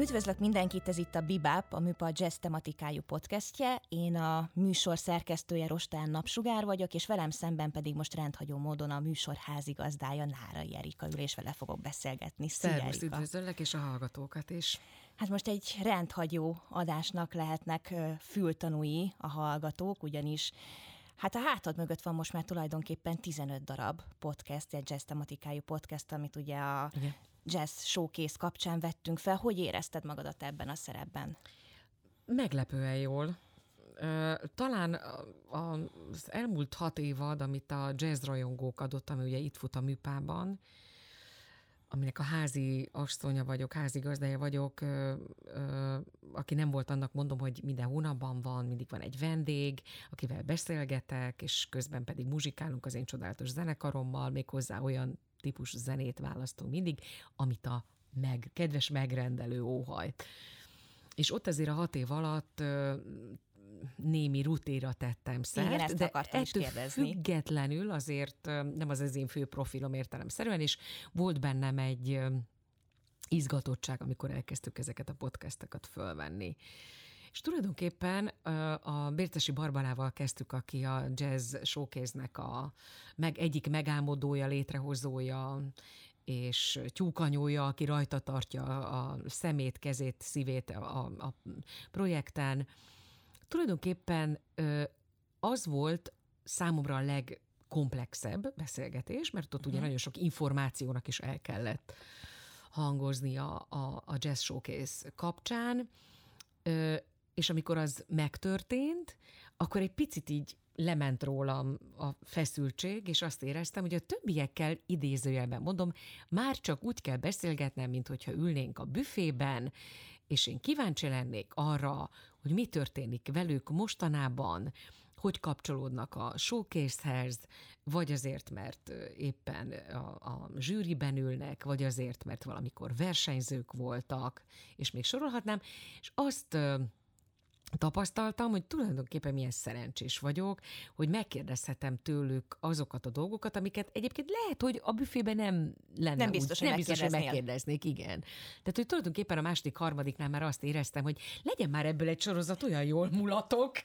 Üdvözlök mindenkit, ez itt a Bebop, a Műpa Jazz tematikájú podcastje. Én a műsor szerkesztője Rostán Napsugár vagyok, és velem szemben pedig most rendhagyó módon a műsor házigazdája Nárai Erika ül, és vele fogok beszélgetni. Szervusz, üdvözöllek, és a hallgatókat is. Hát most egy rendhagyó adásnak lehetnek fültanúi a hallgatók, ugyanis hát a hátad mögött van most már tulajdonképpen 15 darab podcast, egy jazz tematikájú podcast, amit ugye a Jazz Showcase kapcsán vettünk fel. Hogy érezted magadat ebben a szerepben? Meglepően jól. Talán az elmúlt 6 évad, amit a jazz rajongók adott, ami ugye itt fut a Műpában, aminek a házi asszonya vagyok, házigazdája vagyok, aki nem volt, annak mondom, hogy minden hónapban van, mindig van egy vendég, akivel beszélgetek, és közben pedig muzsikálunk az én csodálatos zenekarommal, méghozzá olyan típus zenét választunk mindig, amit a kedves megrendelő óhajt. És ott azért a 6 év alatt némi rutéra tettem szert. Igen, ezt akartam is kérdezni. Függetlenül azért nem az én fő profilom értelemszerűen, és volt bennem egy izgatottság, amikor elkezdtük ezeket a podcasteket fölvenni. És tulajdonképpen a Bércesi Barbarával kezdtük, aki a Jazz Showcase-nek egyik megálmodója, létrehozója, és tyúkanyója, aki rajta tartja a szemét, kezét, szívét a projekten. Tulajdonképpen az volt számomra a legkomplexebb beszélgetés, mert ott ugye nagyon sok információnak is el kellett hangozni a Jazz Showcase kapcsán, és amikor az megtörtént, akkor egy picit így lement rólam a feszültség, és azt éreztem, hogy a többiekkel idézőjelben mondom, már csak úgy kell beszélgetnem, mint hogyha ülnénk a büfében, és én kíváncsi lennék arra, hogy mi történik velük mostanában, hogy kapcsolódnak a showcase-hez, vagy azért, mert éppen a zsűriben ülnek, vagy azért, mert valamikor versenyzők voltak, és még sorolhatnám, és azt tapasztaltam, hogy tulajdonképpen milyen szerencsés vagyok, hogy megkérdezhetem tőlük azokat a dolgokat, amiket egyébként lehet, hogy a büfében nem lenne nem biztos, hogy megkérdeznék, igen. Tehát, hogy tulajdonképpen a második, harmadiknál már azt éreztem, hogy legyen már ebből egy sorozat, olyan jól mulatok.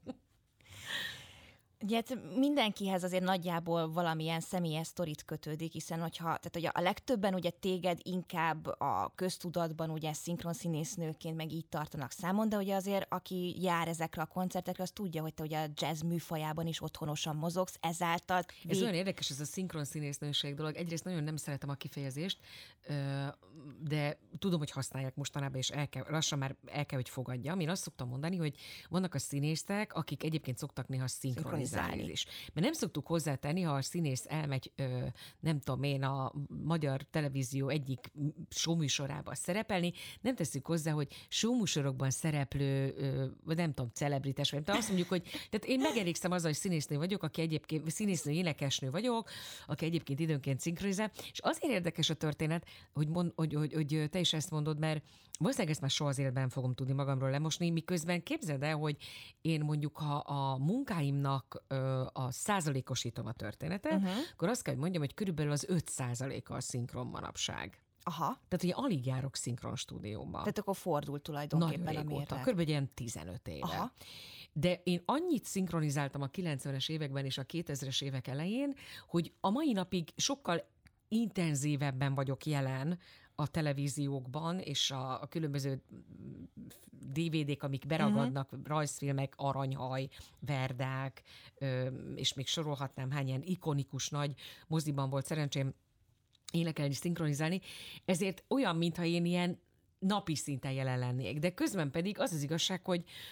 Ugye mindenkihez azért nagyjából valamilyen személyes sztorit kötődik, hiszen tehát ugye a legtöbben ugye téged inkább a köztudatban ugye szinkronszínésznőként meg így tartanak számon, de ugye azért aki jár ezekre a koncertekre, az tudja, hogy te ugye a jazz műfajában is otthonosan mozogsz, ezáltal... Ez olyan érdekes, ez a szinkronszínésznőség dolog. Egyrészt nagyon nem szeretem a kifejezést, de tudom, hogy használják mostanában, és lassan már el kell, hogy fogadjam. Én azt szoktam mondani, hogy vannak a színészek, akik egyébként szoktak néha szinkronizálni is. Mert nem szoktuk hozzátenni, ha a színész elmegy, nem tudom én, a magyar televízió egyik showműsorába szerepelni, nem tesszük hozzá, hogy showműsorokban szereplő, nem tudom, celebritás vagy. Tehát azt mondjuk, hogy tehát én megelégszem azzal, hogy színésznő vagyok, aki egyébként színésznő, énekesnő vagyok, aki egyébként időnként szinkronizál, és azért érdekes a történet, hogy te is ezt mondod, mert valószínűleg ezt már soha az életben nem fogom tudni magamról lemosni, miközben képzeld el, hogy én mondjuk, ha a munkáimnak a százalékosítom a történetet, akkor azt kell, hogy mondjam, hogy körülbelül az 5%-a a szinkron manapság. Aha. Tehát ugye alig járok szinkron stúdióba. Tehát akkor fordult tulajdonképpen a mérre. Körülbelül ilyen 15 éve. Aha. De én annyit szinkronizáltam a 90-es években és a 2000-es évek elején, hogy a mai napig sokkal intenzívebben vagyok jelen a televíziókban, és a különböző DVD-k, amik beragadnak, rajzfilmek, Aranyhaj, Verdák, és még sorolhatnám, hány ilyen ikonikus nagy moziban volt szerencsém énekelni, szinkronizálni, ezért olyan, mintha én ilyen napi szinten jelen lennék. De közben pedig az az igazság,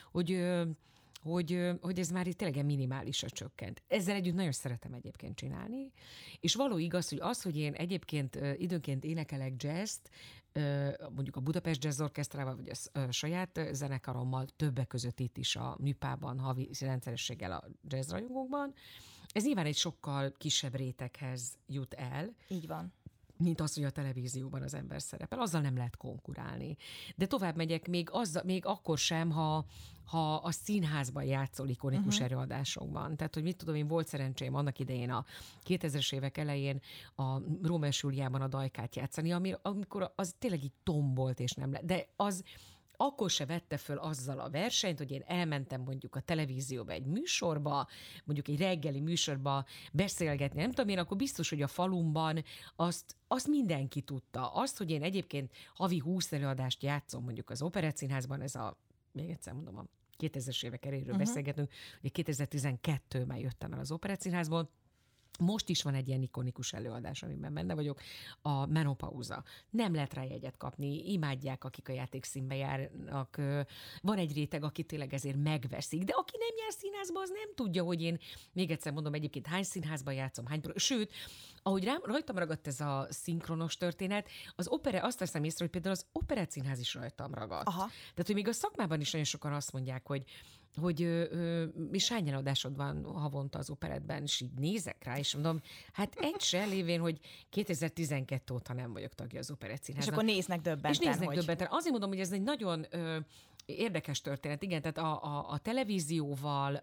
hogy ez már itt tényleg minimálisra csökkent. Ezzel együtt nagyon szeretem egyébként csinálni, és való igaz, hogy én egyébként időnként énekelek jazzt, mondjuk a Budapest Jazz Orchestrával, vagy a saját zenekarommal, többek között itt is a Műpában, havi rendszerességgel a jazz rajongókban. Ez nyilván egy sokkal kisebb réteghez jut el. Így van. mint az, hogy a televízióban az ember szerepel. Azzal nem lehet konkurálni. De tovább megyek, még akkor sem, ha a színházban játszol ikonikus előadásokban. Tehát, hogy mit tudom én, volt szerencsém annak idején a 2000-es évek elején a Rómeó és Júliában a Dajkát játszani, amikor az tényleg így tombolt, és nem lett. De az akkor se vette föl azzal a versenyt, hogy én elmentem mondjuk a televízióba egy műsorba, mondjuk egy reggeli műsorba beszélgetni, nem tudom én, akkor biztos, hogy a falumban azt mindenki tudta. Azt, hogy én egyébként havi 20 előadást játszom mondjuk az Operettszínházban, ez még egyszer mondom, a 2000-es évek eléről beszélgetünk, hogy 2012-ben jöttem el az Operettszínházból. Most is van egy ilyen ikonikus előadás, amiben benne vagyok, a Menopauza. Nem lehet rá jegyet kapni, imádják, akik a játékszínbe járnak. Van egy réteg, aki tényleg ezért megveszik, de aki nem jár színházba, az nem tudja, hogy én, még egyszer mondom, egyébként hány színházban játszom, sőt, ahogy rajtam ragadt ez a szinkronos történet, azt veszem észre, hogy például az Operettszínház is rajtam ragadt. Aha. Tehát, hogy még a szakmában is nagyon sokan azt mondják, hogy és hány előadásod van havonta az Operettben, és így nézek rá, és mondom, hát egy se lévén, hogy 2012 óta nem vagyok tagja az Operettszínháznak. És akkor néznek döbbenten. Azért mondom, hogy ez egy nagyon érdekes történet, igen, tehát a televízióval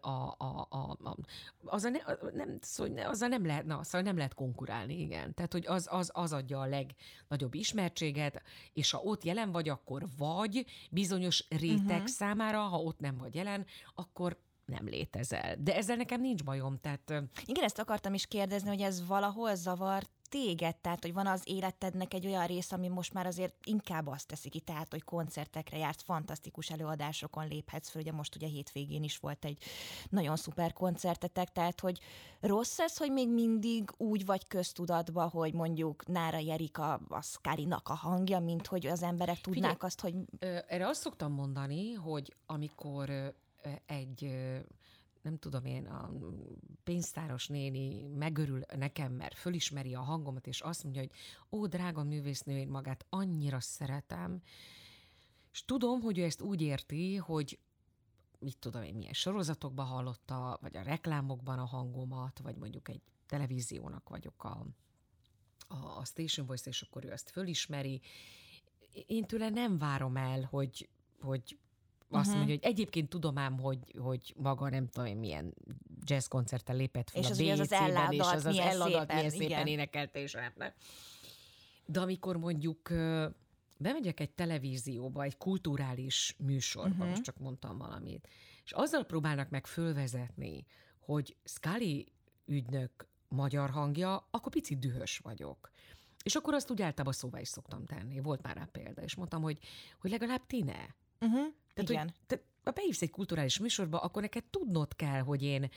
azzal nem lehet konkurálni, igen. Tehát, hogy az adja a legnagyobb ismertséget, és ha ott jelen vagy, akkor vagy bizonyos réteg számára, ha ott nem vagy jelen, akkor nem létezel. De ezzel nekem nincs bajom, tehát... Igen, ezt akartam is kérdezni, hogy ez valahol zavar téged, tehát, hogy van az életednek egy olyan rész, ami most már azért inkább azt teszi ki, tehát, hogy koncertekre jársz, fantasztikus előadásokon léphetsz föl, ugye most ugye hétvégén is volt egy nagyon szuper koncertetek, tehát, hogy rossz ez, hogy még mindig úgy vagy köztudatba, hogy mondjuk Nárai Erika a Scullynak a hangja, mint hogy az emberek tudnák. Figyelj, azt, hogy... Erre azt szoktam mondani, hogy amikor egy... nem tudom én, a pénztáros néni megörül nekem, mert fölismeri a hangomat, és azt mondja, hogy ó, drága művésznő, én magát annyira szeretem, és tudom, hogy ő ezt úgy érti, hogy mit tudom én, milyen sorozatokban hallotta, vagy a reklámokban a hangomat, vagy mondjuk egy televíziónak vagyok a Station Voice, és akkor ő ezt fölismeri. Én tőle nem várom el, hogy azt mondja, hogy egyébként tudom ám, hogy maga nem tudom én milyen jazzkoncerten lépett fel és a BC-ben, és az elladat milyen szépen énekelte, és nem. De amikor mondjuk bemegyek egy televízióba, egy kulturális műsorba, most csak mondtam valamit, és azzal próbálnak meg fölvezetni, hogy Scully ügynök magyar hangja, akkor picit dühös vagyok. És akkor azt úgy általában szóvá is szoktam tenni. Volt már rá példa, és mondtam, hogy legalább ti ne. Tehát, igen. Ha beívsz egy kulturális műsorba, akkor neked tudnod kell, hogy én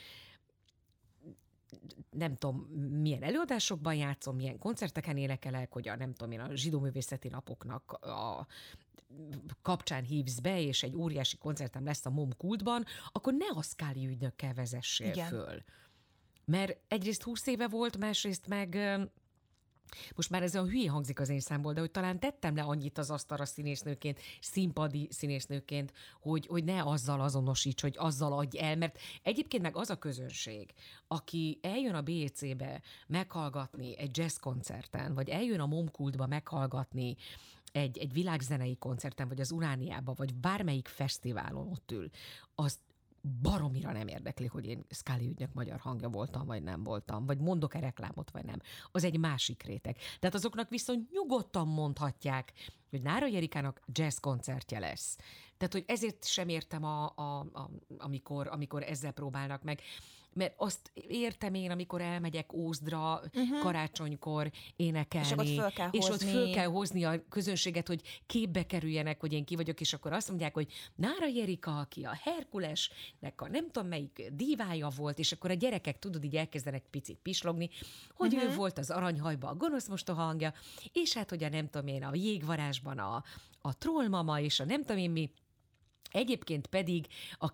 nem tudom, milyen előadásokban játszom, milyen koncerteken énekelek, hogy nem tudom én, a zsidó művészeti napoknak a kapcsán hívsz be, és egy óriási koncertem lesz a MOM Kultban, akkor ne a Scully ügynökkel vezessél föl. Mert egyrészt 20 éve volt, másrészt meg... Most már ez olyan hülyén hangzik az én számból, de hogy talán tettem le annyit az asztalra színésznőként, színpadi színésznőként, hogy ne azzal azonosíts, hogy azzal adj el, mert egyébként meg az a közönség, aki eljön a BEC-be meghallgatni egy jazzkoncerten, vagy eljön a MOM Kultba meghallgatni egy világzenei koncerten, vagy az Urániába, vagy bármelyik fesztiválon ott ül, az baromira nem érdekli, hogy én Scully ügynök magyar hangja voltam, vagy nem voltam, vagy mondok-e reklámot, vagy nem. Az egy másik réteg. Tehát azoknak viszont nyugodtan mondhatják, hogy Nárai Erikának jazz koncertje lesz. Tehát, hogy ezért sem értem, amikor ezzel próbálnak meg. Mert azt értem én, amikor elmegyek Ózdra karácsonykor énekelni, és ott föl kell hozni a közönséget, hogy képbe kerüljenek, hogy én ki vagyok, és akkor azt mondják, hogy Nárai Erika, aki a Herkulesnek a nem tudom melyik dívája volt, és akkor a gyerekek, tudod, így elkezdenek picit pislogni, hogy ő volt az Aranyhajba a gonosz mostoha hangja, és hát, hogy a nem tudom én, a Jégvarázsban a trollmama, és a nem tudom én mi. Egyébként pedig,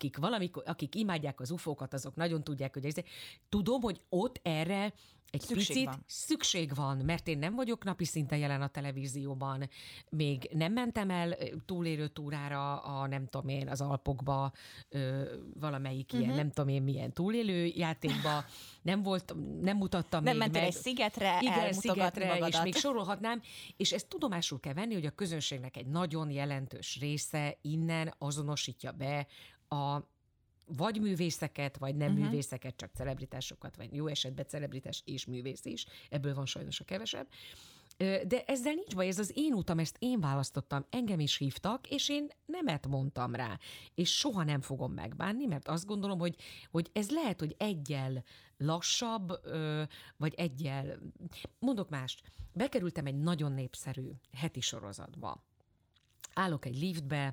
akik imádják az ufókat, azok nagyon tudják, hogy tudom, hogy ott erre egy picit szükség van, mert én nem vagyok napi szinten jelen a televízióban, még nem mentem el túlélő túrára nem tudom én, az Alpokba, valamelyik ilyen, nem tudom én milyen túlélő játékba, nem mutattam nem még mentél egy szigetre, igen, szigetre, és még sorolhatnám, és ezt tudomásul kell venni, hogy a közönségnek egy nagyon jelentős része innen azonosítja be a vagy művészeket, vagy nem művészeket, csak celebritásokat, vagy jó esetben celebritás és művész is. Ebből van sajnos a kevesebb. De ezzel nincs baj, ez az én utam, ezt én választottam, engem is hívtak, és én nemet mondtam rá. És soha nem fogom megbánni, mert azt gondolom, hogy ez lehet, hogy egyel lassabb, vagy egyel... Mondok mást, bekerültem egy nagyon népszerű heti sorozatba. Állok egy liftbe,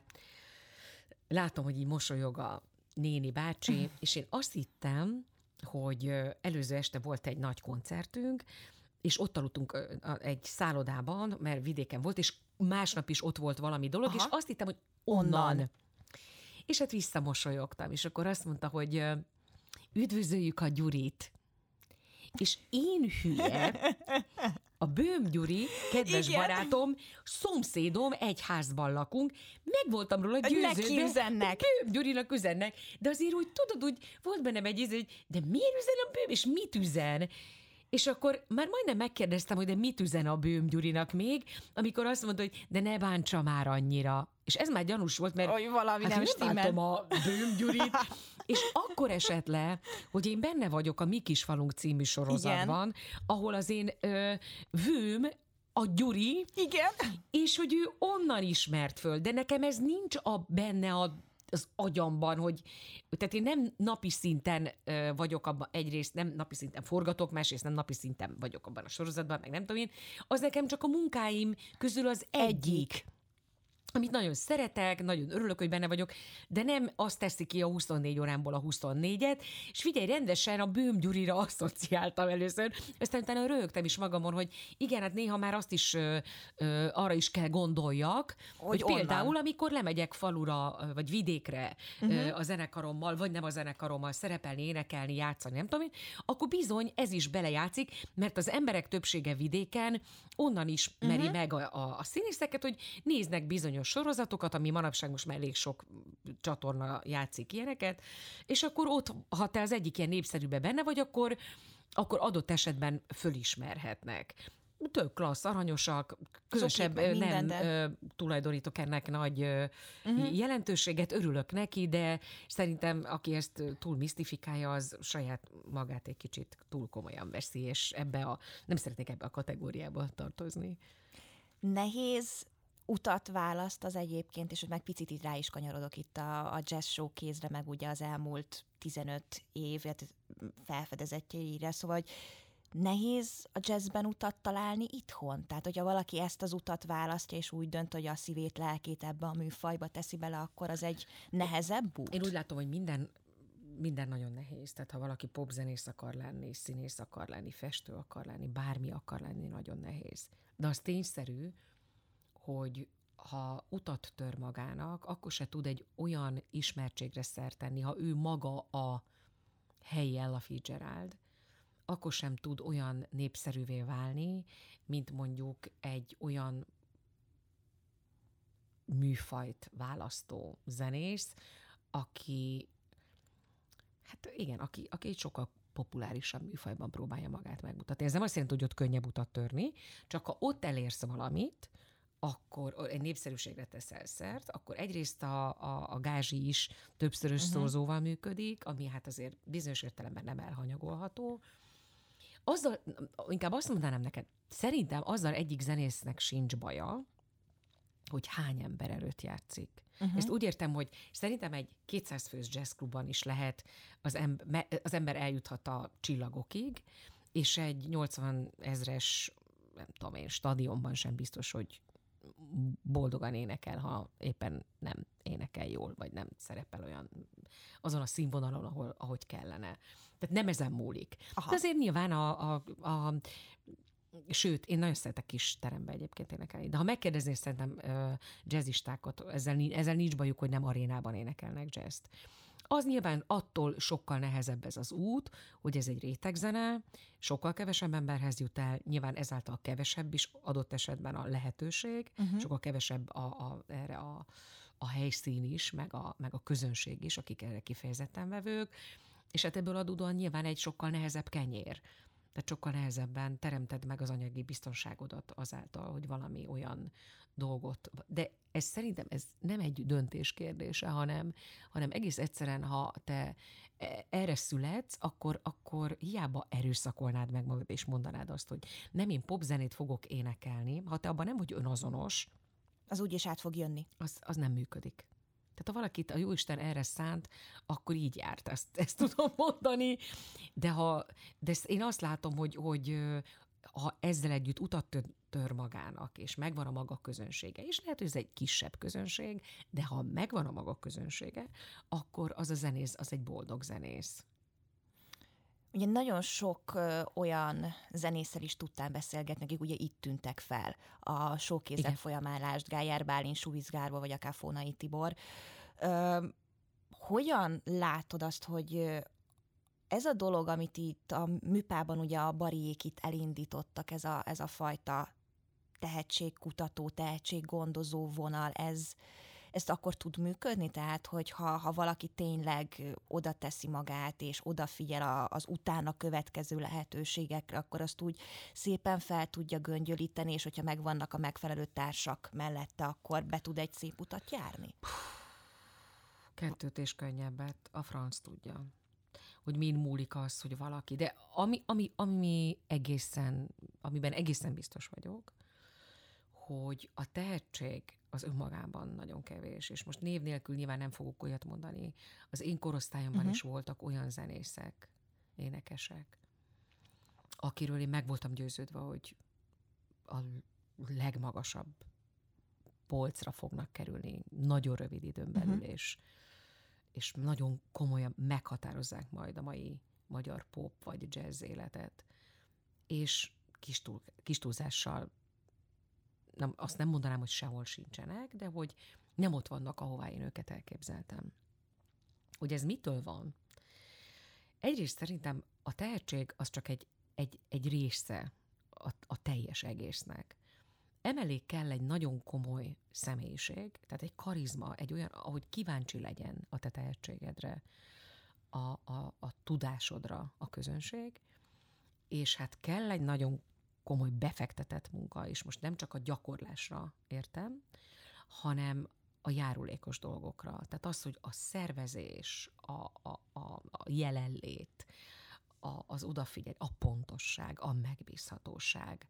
látom, hogy így mosolyog a néni bácsi, és én azt hittem, hogy előző este volt egy nagy koncertünk, és ott aludtunk egy szállodában, mert vidéken volt, és másnap is ott volt valami dolog, és azt hittem, hogy onnan. És hát visszamosolyogtam, és akkor azt mondta, hogy üdvözöljük a Gyurit. És én hülye, a Böhm Gyuri, kedves barátom, szomszédom, egy házban lakunk, meg voltam róla győződve, Böhm Gyurinak üzennek, de azért úgy tudod, úgy volt bennem egy hogy de miért üzen a Böhm, és mit üzen? És akkor már majdnem megkérdeztem, hogy de mit üzen a Böhm Gyurinak még, amikor azt mondta, hogy de ne bántsa már annyira. És ez már gyanús volt, mert valami nem látom a Böhm Gyurit. És akkor esett le, hogy én benne vagyok a Mi kis falunk című sorozatban, ahol az én vőm a Gyuri, és hogy ő onnan ismert föl, de nekem ez nincs benne az agyamban, hogy tehát én nem napi szinten vagyok abban, egyrészt nem napi szinten forgatok, másrészt nem napi szinten vagyok abban a sorozatban, meg nem tudom én, az nekem csak a munkáim közül az egyik. Amit nagyon szeretek, nagyon örülök, hogy benne vagyok, de nem azt teszi ki a 24 órámból a 24-et, és figyelj, rendesen a Böhm Gyurira asszociáltam először, aztán utána röhögtem is magamon, hogy igen, hát néha már azt is arra is kell gondoljak, hogy például, amikor lemegyek falura, vagy vidékre a zenekarommal, vagy nem a zenekarommal szerepelni, énekelni, játszani, nem tudom én, akkor bizony ez is belejátszik, mert az emberek többsége vidéken onnan ismeri meg a színészeket, hogy néznek bizonyos sorozatokat, ami manapság most már elég sok csatorna játszik ilyeneket, és akkor ott, ha te az egyik ilyen népszerűben benne vagy, akkor adott esetben fölismerhetnek. Tök klassz, aranyosak, különösebb nem tulajdonítok ennek nagy jelentőséget, örülök neki, de szerintem, aki ezt túl misztifikálja, az saját magát egy kicsit túl komolyan veszi, és nem szeretnék ebbe a kategóriába tartozni. Nehéz utat választ az egyébként, és meg picit itt rá is kanyarodok itt a jazz showcase-re, meg ugye az elmúlt 15 év felfedezettjeire, szóval, hogy nehéz a jazzben utat találni itthon? Tehát, hogyha valaki ezt az utat választja, és úgy dönt, hogy a szívét, lelkét ebbe a műfajba teszi bele, akkor az egy nehezebb út? Én úgy látom, hogy minden nagyon nehéz. Tehát, ha valaki popzenész akar lenni, színész akar lenni, festő akar lenni, bármi akar lenni, nagyon nehéz. De az tényszerű, hogy ha utat tör magának, akkor se tud egy olyan ismertségre szert tenni, ha ő maga a helyi Ella Fitzgerald, akkor sem tud olyan népszerűvé válni, mint mondjuk egy olyan műfajt választó zenész, aki egy sokkal populárisabb műfajban próbálja magát megmutatni. Ez nem azt jelenti, hogy ott könnyebb utat törni, csak ha ott elérsz valamit, akkor egy népszerűségre teszel szert, akkor egyrészt a gázsi is többszörös szorzóval működik, ami hát azért bizonyos értelemben nem elhanyagolható. Inkább azt mondanám neked, szerintem azzal egyik zenésznek sincs baja, hogy hány ember előtt játszik. Ezt úgy értem, hogy szerintem egy 200 fős jazzklubban is lehet, az ember eljuthat a csillagokig, és egy 80 000-es, nem tudom én, stadionban sem biztos, hogy boldogan énekel, ha éppen nem énekel jól, vagy nem szerepel olyan azon a színvonalon, ahogy kellene. Tehát nem ezen múlik. Aha. De azért nyilván Sőt, én nagyon szeretek kis terembe egyébként énekelni. De ha megkérdeznél szerintem jazzistákat, ezzel nincs bajuk, hogy nem arénában énekelnek jazzt. Az nyilván attól sokkal nehezebb ez az út, hogy ez egy rétegzene, sokkal kevesebb emberhez jut el, nyilván ezáltal kevesebb is adott esetben a lehetőség, sokkal kevesebb erre a helyszín is, meg a közönség is, akik erre kifejezetten vevők, és hát ebből adódóan nyilván egy sokkal nehezebb kenyér. Tehát sokkal nehezebben teremted meg az anyagi biztonságodat azáltal, hogy valami olyan dolgot. De ez szerintem ez nem egy döntés kérdése, hanem egész egyszerűen, ha te erre születsz, akkor hiába erőszakolnád meg magad, és mondanád azt, hogy nem, én popzenét fogok énekelni, ha te abban nem vagy önazonos, Az úgyis át fog jönni. Az nem működik. Tehát ha valakit a Jóisten erre szánt, akkor így járt, ezt tudom mondani. De én azt látom, hogy ha ezzel együtt utat tör magának, és megvan a maga közönsége, és lehet, hogy ez egy kisebb közönség, de ha megvan a maga közönsége, akkor az a zenész, az egy boldog zenész. Ugye nagyon sok olyan zenésszel is tudtál beszélgetni, akik ugye itt tűntek fel. A Sókézek folyamállást, Gályár Bálint, Suvic Gábor, vagy akár Fónai Tibor. Hogyan látod azt, hogy ez a dolog, amit itt a műpában ugye a Bariék itt elindítottak, ez a fajta tehetségkutató, tehetséggondozó vonal, ezt akkor tud működni? Tehát, hogy ha valaki tényleg oda teszi magát, és odafigyel az utána következő lehetőségekre, akkor azt úgy szépen fel tudja göngyölíteni, és hogyha megvannak a megfelelő társak mellette, akkor be tud egy szép utat járni? Kettőt és könnyebbet, a franc tudja, hogy min múlik az, hogy valaki. De amiben egészen biztos vagyok, hogy a tehetség az önmagában nagyon kevés, és most név nélkül nyilván nem fogok olyat mondani. Az én korosztályomban is voltak olyan zenészek, énekesek, akiről én meg voltam győződve, hogy a legmagasabb polcra fognak kerülni nagyon rövid időn belül, és nagyon komolyan meghatározzák majd a mai magyar pop vagy jazz életet. És kis túlzással azt nem mondanám, hogy sehol sincsenek, de hogy nem ott vannak, ahová én őket elképzeltem. Hogy ez mitől van? Egyrészt szerintem a tehetség az csak egy része a teljes egésznek. Emellé kell egy nagyon komoly személyiség, tehát egy karizma, egy olyan, ahogy kíváncsi legyen a te tehetségedre, a tudásodra a közönség, és hát kell egy nagyon komoly befektetett munka, és most nem csak a gyakorlásra értem, hanem a járulékos dolgokra. Tehát az, hogy a szervezés, a jelenlét, az odafigyelés, a pontosság, a megbízhatóság,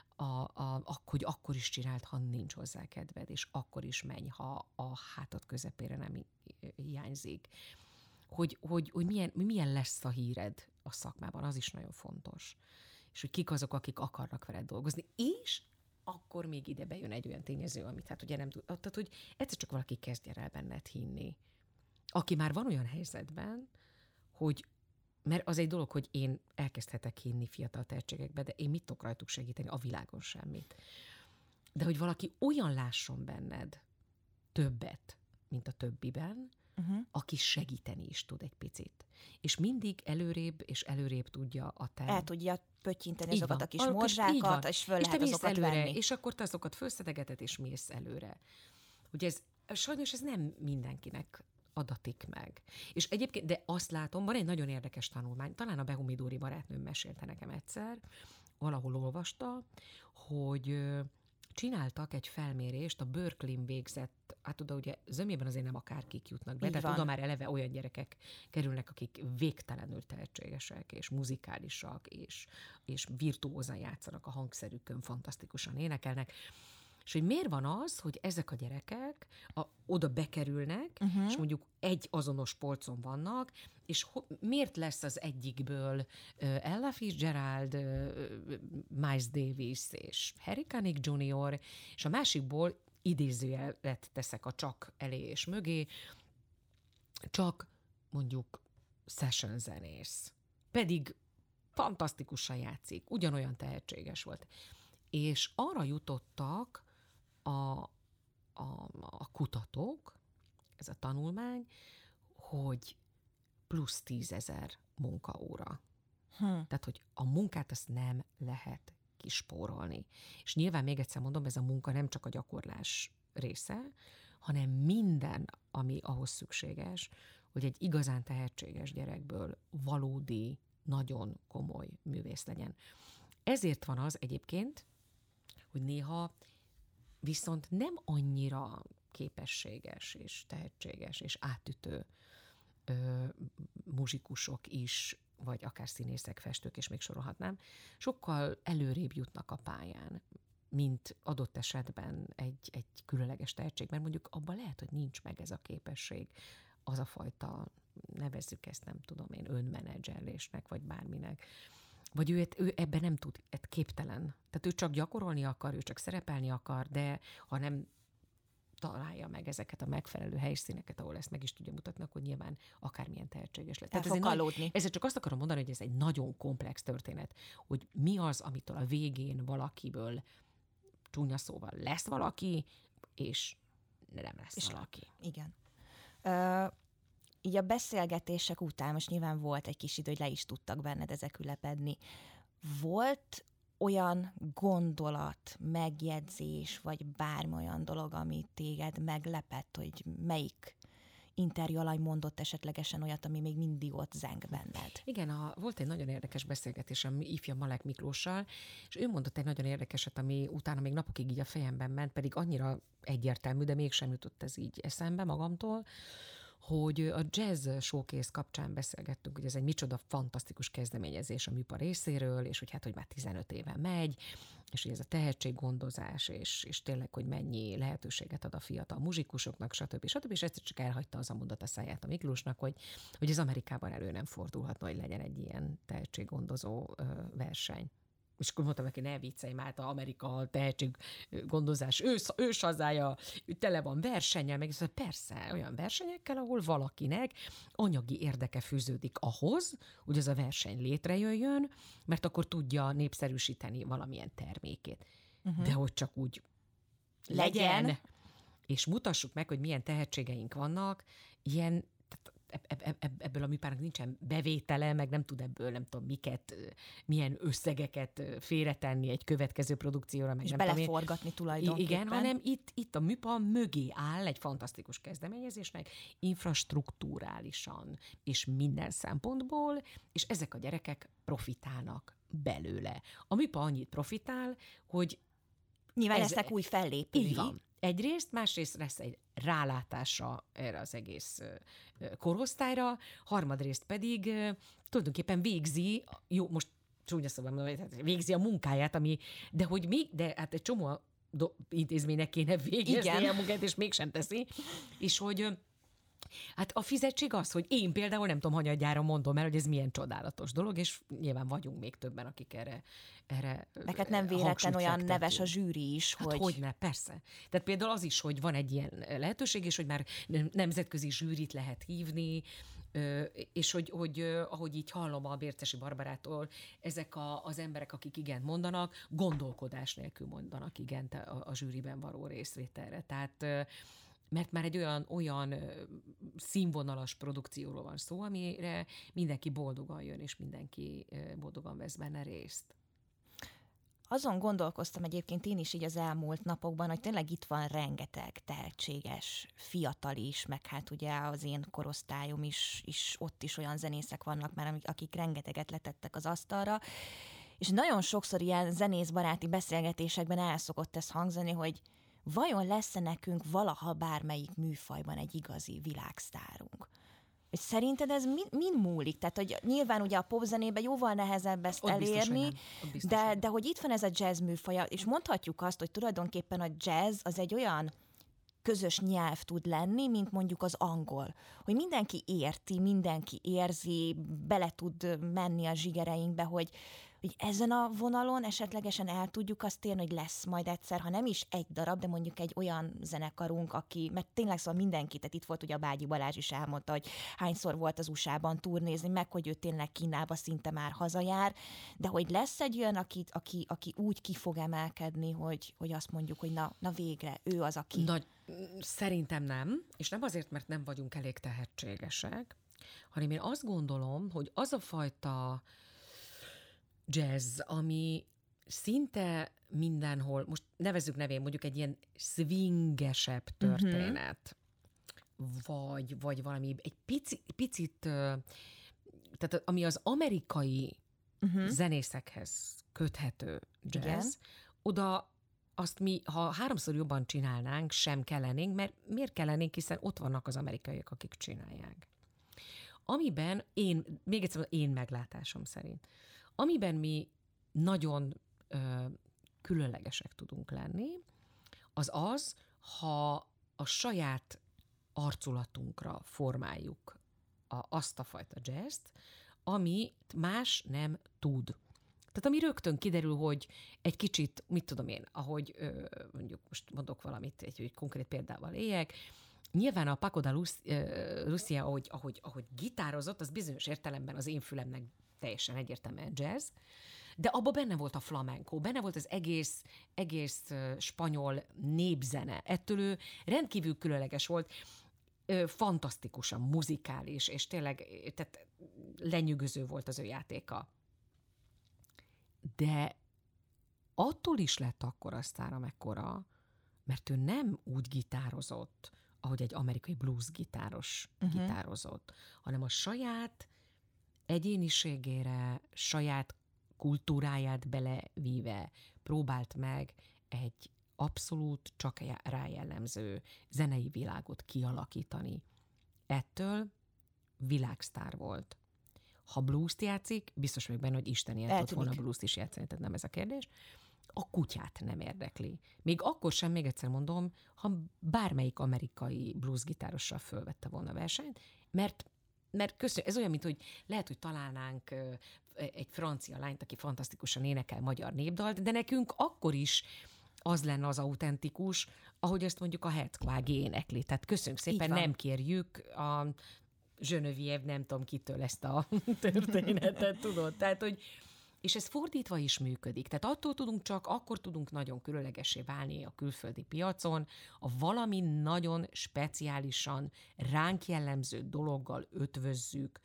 hogy akkor is csináld, ha nincs hozzá kedved, és akkor is menj, ha a hátad közepére nem hiányzik. Hogy milyen lesz a híred a szakmában, az is nagyon fontos. És hogy kik azok, akik akarnak veled dolgozni. És akkor még ide bejön egy olyan tényező, amit hát ugye nem tud, tehát hogy egyszer csak valaki kezdjen el benned hinni. Aki már van olyan helyzetben, hogy mert az egy dolog, hogy én elkezdhetek hinni fiatal tehetségekbe, de én mit tudok rajtuk segíteni? A világon semmit. De hogy valaki olyan lásson benned többet, mint a többiben, aki segíteni is tud egy picit. És mindig előrébb és előrébb tudja a te... El tudja pöttyinteni azokat a kis morzsákat, és föl lehet azokat előre, venni. És akkor te azokat felszedegeted, és mész előre. Ugye sajnos ez nem mindenkinek adatik meg. És egyébként, de azt látom, van egy nagyon érdekes tanulmány, talán a Behumi Dóri barátnőm mesélte nekem egyszer, valahol olvasta, hogy csináltak egy felmérést, a Berkeley-n végzett, hát oda ugye zömében azért nem akárkik jutnak be, tehát oda már eleve olyan gyerekek kerülnek, akik végtelenül tehetségesek, és muzikálisak, és virtuózan játszanak a hangszerükön, fantasztikusan énekelnek. És hogy miért van az, hogy ezek a gyerekek oda bekerülnek, és mondjuk egy azonos polcon vannak, és miért lesz az egyikből Ella Fitzgerald, Miles Davis és Harry Connick Jr., és a másikból idézőjelet teszek a csak elé és mögé, csak mondjuk session zenész. Pedig fantasztikusan játszik, ugyanolyan tehetséges volt. És arra jutottak a kutatók, ez a tanulmány, hogy plusz 10 000 munkaóra. Tehát, hogy a munkát azt nem lehet kispórolni. És nyilván még egyszer mondom, ez a munka nem csak a gyakorlás része, hanem minden, ami ahhoz szükséges, hogy egy igazán tehetséges gyerekből valódi, nagyon komoly művész legyen. Ezért van az egyébként, hogy néha viszont nem annyira képességes és tehetséges és átütő muzsikusok is, vagy akár színészek, festők, és még sorolhatnám, sokkal előrébb jutnak a pályán, mint adott esetben egy különleges tehetség, mert mondjuk abban lehet, hogy nincs meg ez a képesség, az a fajta, nevezzük ezt, nem tudom én, önmenedzselésnek, vagy bárminek. Vagy ő ebben nem tud, képtelen. Tehát ő csak gyakorolni akar, ő csak szerepelni akar, de ha nem találja meg ezeket a megfelelő helyszíneket, ahol ezt meg is tudja mutatni, akkor nyilván akármilyen tehetséges lesz. Tehát fog kalódni. Ezzel csak azt akarom mondani, hogy ez egy nagyon komplex történet, hogy mi az, amitől a végén valakiből csúnya szóval lesz valaki, és nem lesz és valaki. Igen. Így a beszélgetések után, most nyilván volt egy kis idő, hogy le is tudtak benned ezek ülepedni. Volt olyan gondolat, megjegyzés, vagy bármi olyan dolog, ami téged meglepett, hogy melyik interjú alany mondott esetlegesen olyat, ami még mindig ott zeng benned? Igen, volt egy nagyon érdekes beszélgetésem ifja Malek Miklóssal, és ő mondott egy nagyon érdekeset, ami utána még napokig így a fejemben ment, pedig annyira egyértelmű, de mégsem jutott ez így eszembe magamtól, hogy a Jazz Showcase kapcsán beszélgettünk, hogy ez egy micsoda fantasztikus kezdeményezés a műpa részéről, és hogy hát, hogy már 15 éve megy, és hogy ez a tehetséggondozás, és tényleg, hogy mennyi lehetőséget ad a fiatal muzsikusoknak, stb. És ezt csak elhagyta az a mondat a száját a Miklósnak, hogy az Amerikában elő nem fordulhatna, hogy legyen egy ilyen tehetséggondozó verseny. És akkor mondtam neki, ne viccelj már, Amerika tehetséggondozás ős hazája, tele van versennyel, meg szóval persze, olyan versenyekkel, ahol valakinek anyagi érdeke fűződik ahhoz, hogy ez a verseny létrejöjjön, mert akkor tudja népszerűsíteni valamilyen termékét. De hogy csak úgy legyen, és mutassuk meg, hogy milyen tehetségeink vannak, ilyen ebből a műpárnak nincsen bevétele, meg nem tud ebből nem tudom milyen összegeket félretenni egy következő produkcióra, meg és nem beleforgatni tulajdonképpen. Igen, hanem itt a műpa mögé áll egy fantasztikus kezdeményezésnek, infrastruktúrálisan és minden szempontból, és ezek a gyerekek profitálnak belőle. A műpa annyit profitál, hogy nyilván lesznek új fellépői. Így van. Egyrészt, másrészt lesz egy rálátása erre az egész korosztályra, harmadrészt pedig tulajdonképpen végzi, jó, most csúnya szóval végzi a munkáját, de hát egy csomó intézménynek kéne végezni a munkát, és mégsem teszi, és hogy hát a fizetség az, hogy én például nem tudom, hanyadjára mondom el, hogy ez milyen csodálatos dolog, és nyilván vagyunk még többen, akik erre neked nem véletlen olyan neves a zsűri is, hát hogyne, persze. Tehát például az is, hogy van egy ilyen lehetőség, és hogy már nemzetközi zsűrit lehet hívni, és hogy ahogy így hallom a Bércesi Barbarától, ezek az emberek, akik igent mondanak, gondolkodás nélkül mondanak igent a zsűriben való részvételre. Tehát mert már egy olyan színvonalas produkcióról van szó, amire mindenki boldogan jön, és mindenki boldogan vesz benne részt. Azon gondolkoztam egyébként én is így az elmúlt napokban, hogy tényleg itt van rengeteg tehetséges fiatal is, meg hát ugye az én korosztályom is ott is olyan zenészek vannak már, akik rengeteget letettek az asztalra, és nagyon sokszor ilyen zenészbaráti beszélgetésekben el szokott ez hangzani, hogy vajon lesz-e nekünk valaha bármelyik műfajban egy igazi világsztárunk? Hogy szerinted ez mind múlik? Tehát, hogy nyilván ugye a popzenében jóval nehezebb ezt elérni, de hogy itt van ez a jazz műfaja, és mondhatjuk azt, hogy tulajdonképpen a jazz az egy olyan közös nyelv tud lenni, mint mondjuk az angol. Hogy mindenki érti, mindenki érzi, bele tud menni a zsigereinkbe, hogy hogy ezen a vonalon esetlegesen el tudjuk azt érni, hogy lesz majd egyszer, ha nem is egy darab, de mondjuk egy olyan zenekarunk, aki, mert tényleg szóval mindenki, tehát itt volt, ugye a Bágyi Balázs is elmondta, hogy hányszor volt az USA-ban turnézni, meg hogy ő tényleg Kínába szinte már hazajár, de hogy lesz egy olyan, aki úgy ki fog emelkedni, hogy azt mondjuk, hogy na végre, ő az, aki... Szerintem nem, és nem azért, mert nem vagyunk elég tehetségesek, hanem én azt gondolom, hogy az a fajta jazz, ami szinte mindenhol, most nevezzük nevén, mondjuk egy ilyen swingesebb történet, vagy valami egy picit, tehát ami az amerikai zenészekhez köthető jazz, igen. Oda azt mi, ha 3-szor jobban csinálnánk, sem kellenénk, mert miért kellenénk, hiszen ott vannak az amerikaiak, akik csinálják. Amiben még egyszer én meglátásom szerint, amiben mi nagyon különlegesek tudunk lenni, az, ha a saját arculatunkra formáljuk azt a fajta jazzt, amit más nem tud. Tehát ami rögtön kiderül, hogy egy kicsit, mit tudom én, ahogy mondjuk most mondok valamit, egy konkrét példával éljek, nyilván a Paco de Lucia, ahogy gitározott, az bizonyos értelemben az én fülemnek teljesen egyértelműen jazz, de abban benne volt a flamenco, benne volt az egész spanyol népzene. Ettől ő rendkívül különleges volt, fantasztikusan muzikális, és tényleg tehát lenyűgöző volt az ő játéka. De attól is lett akkora sztár, amekkora, mert ő nem úgy gitározott, ahogy egy amerikai blues gitáros gitározott, hanem a saját egyéniségére, saját kultúráját belevíve próbált meg egy abszolút csak rájellemző zenei világot kialakítani. Ettől világsztár volt. Ha blues-t játszik, biztos vagyok benne, hogy Isten ilyen tudott volna blues-t is játszani, tehát nem ez a kérdés, a kutyát nem érdekli. Még akkor sem, még egyszer mondom, ha bármelyik amerikai bluesgitárossal fölvette volna a versenyt, mert ez olyan, mint hogy lehet, hogy találnánk egy francia lányt, aki fantasztikusan énekel magyar népdalt, de nekünk akkor is az lenne az autentikus, ahogy ezt mondjuk a Hetquag énekli. Tehát köszönjük szépen, nem kérjük a Geneviève, nem tudom kitől ezt a történetet, tudod? Tehát, hogy és ez fordítva is működik. Tehát akkor tudunk nagyon különlegessé válni a külföldi piacon, a valami nagyon speciálisan ránk jellemző dologgal ötvözzük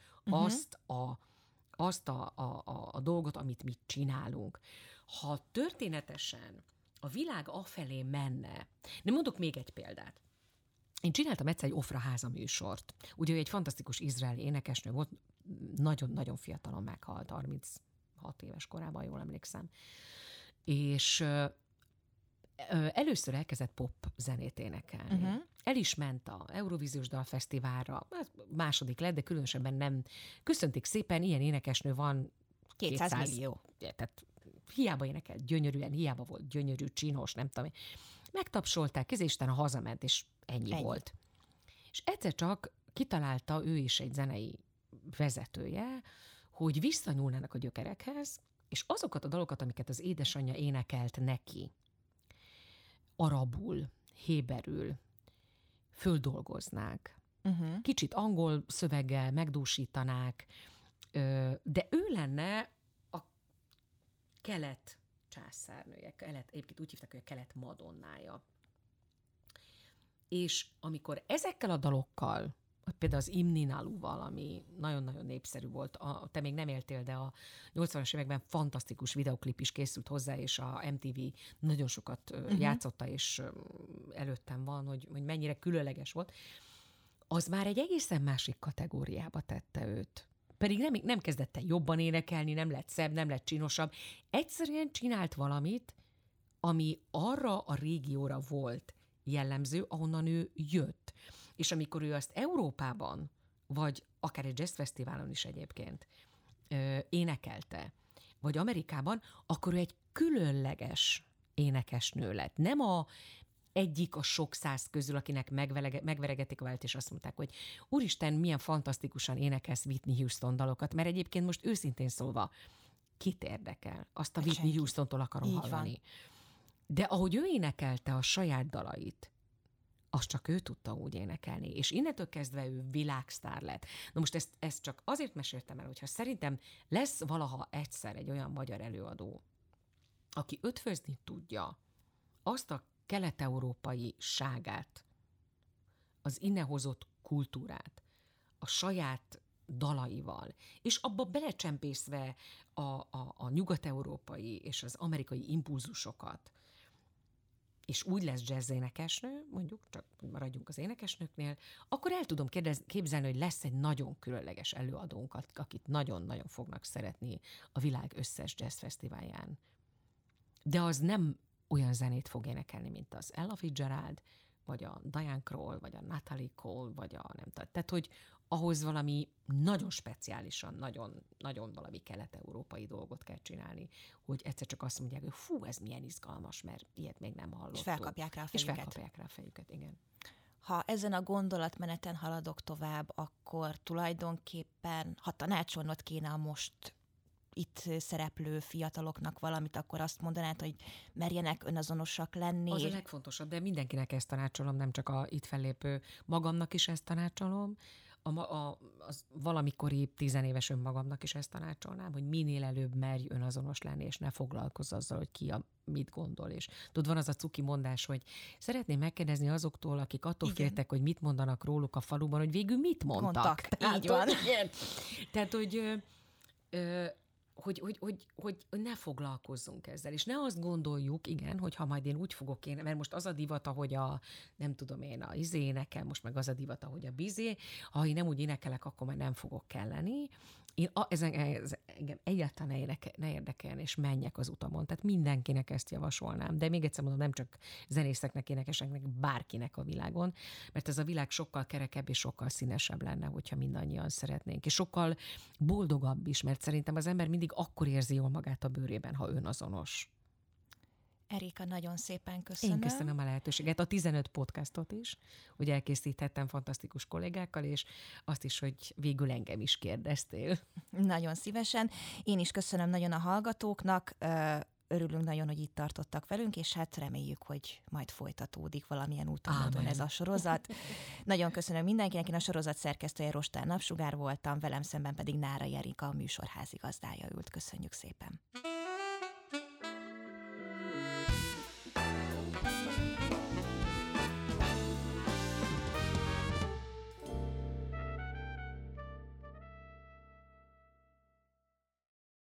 azt a dolgot, amit mi csinálunk. Ha történetesen a világ afelé menne, nem mondok még egy példát. Én csináltam egyszer egy Ofra háza műsort. Ugye egy fantasztikus izraeli énekesnő volt, nagyon-nagyon fiatalon meghalt, 36 éves korában, jól emlékszem. És először elkezdett pop zenét énekelni. El is ment a Eurovíziós Dalfesztiválra, második lett, de különösebben nem. Köszönték szépen, ilyen énekesnő van 200 millió. Tehát hiába énekelt gyönyörűen, hiába volt gyönyörű, csinos, nem tudom. Megtapsolták, és Isten hazament, és ennyi volt. És egyszer csak kitalálta ő is egy zenei vezetője, hogy visszanyúlnának a gyökerekhez, és azokat a dalokat, amiket az édesanyja énekelt neki, arabul, héberül, földolgoznák. Kicsit angol szöveggel megdúsítanák, de ő lenne a kelet császárnője, egyébként úgy hívták, hogy a kelet madonnája. És amikor ezekkel a dalokkal, például az Imninalúval, ami nagyon-nagyon népszerű volt, te még nem éltél, de a 80-as években fantasztikus videoklip is készült hozzá, és a MTV nagyon sokat játszotta, és előttem van, hogy mennyire különleges volt, az már egy egészen másik kategóriába tette őt. Pedig nem kezdett el jobban énekelni, nem lett szebb, nem lett csinosabb. Egyszerűen csinált valamit, ami arra a régióra volt jellemző, ahonnan ő jött. És amikor ő azt Európában, vagy akár egy jazzfesztiválon is egyébként énekelte, vagy Amerikában, akkor ő egy különleges énekesnő lett. Nem egyik a sok száz közül, akinek megveregetik a vállát, és azt mondták, hogy úristen, milyen fantasztikusan énekelsz Whitney Houston dalokat, mert egyébként most őszintén szólva, kit érdekel? Azt a Whitney Houston-tól akarom hallani. De ahogy ő énekelte a saját dalait, azt csak ő tudta úgy énekelni, és innentől kezdve ő világsztár lett. Na most ezt csak azért meséltem el, hogyha szerintem lesz valaha egyszer egy olyan magyar előadó, aki ötvözni tudja azt a kelet-európai ságát, az innen hozott kultúrát, a saját dalaival, és abba belecsempészve a nyugat-európai és az amerikai impulzusokat, és úgy lesz jazz énekesnő, mondjuk, csak maradjunk az énekesnőknél, akkor el tudom képzelni, hogy lesz egy nagyon különleges előadónk, akit nagyon-nagyon fognak szeretni a világ összes jazz fesztiválján. De az nem olyan zenét fog énekelni, mint az Ella Fitzgerald, vagy a Diane Kroll, vagy a Natalie Cole, vagy a nem tudom. Tehát, hogy ahhoz valami nagyon speciálisan, nagyon, nagyon valami kelet-európai dolgot kell csinálni, hogy egyszer csak azt mondják, hogy fú, ez milyen izgalmas, mert ilyet még nem hallottuk. És felkapják rá a fejüket. Igen. Ha ezen a gondolatmeneten haladok tovább, akkor tulajdonképpen, ha tanácsolnod kéne a most itt szereplő fiataloknak valamit, akkor azt mondanád, hogy merjenek önazonosak lenni. Az a legfontosabb, de mindenkinek ezt tanácsolom, nem csak a itt fellépő, magamnak is ezt tanácsolom, az valamikori 10 éves önmagamnak is ezt tanácsolnám, hogy minél előbb merj önazonos lenni, és ne foglalkozz azzal, hogy ki mit gondol. És tudod, van az a cuki mondás, hogy szeretném megkérdezni azoktól, akik attól féltek, hogy mit mondanak róluk a faluban, hogy végül mit mondtak. Tehát, így van. Tehát, hogy ne foglalkozzunk ezzel, és ne azt gondoljuk, igen, hogy ha majd én úgy fogok mert most az a divat, hogy nem tudom én, a énekel, most meg az a divat, hogy a bizé, ha én nem úgy énekelek, akkor már nem fogok kelleni. Ez engem egyáltalán ne érdekeljen, és menjek az utamon. Tehát mindenkinek ezt javasolnám. De még egyszer mondom, nem csak zenészeknek, énekeseknek, bárkinek a világon, mert ez a világ sokkal kerekebb és sokkal színesebb lenne, hogyha mindannyian szeretnénk. És sokkal boldogabb is, mert szerintem az ember mindig akkor érzi jól magát a bőrében, ha önazonos. Erika, nagyon szépen köszönöm. Én köszönöm a lehetőséget, a 15 podcastot is, hogy elkészíthettem fantasztikus kollégákkal, és azt is, hogy végül engem is kérdeztél. Nagyon szívesen. Én is köszönöm nagyon a hallgatóknak, örülünk nagyon, hogy itt tartottak velünk, és hát reméljük, hogy majd folytatódik valamilyen úton módon ez a sorozat. Nagyon köszönöm mindenkinek, én a sorozat szerkesztője Rostán Napsugár voltam, velem szemben pedig Nárai Erika, a műsor házigazdája ült. Köszönjük szépen.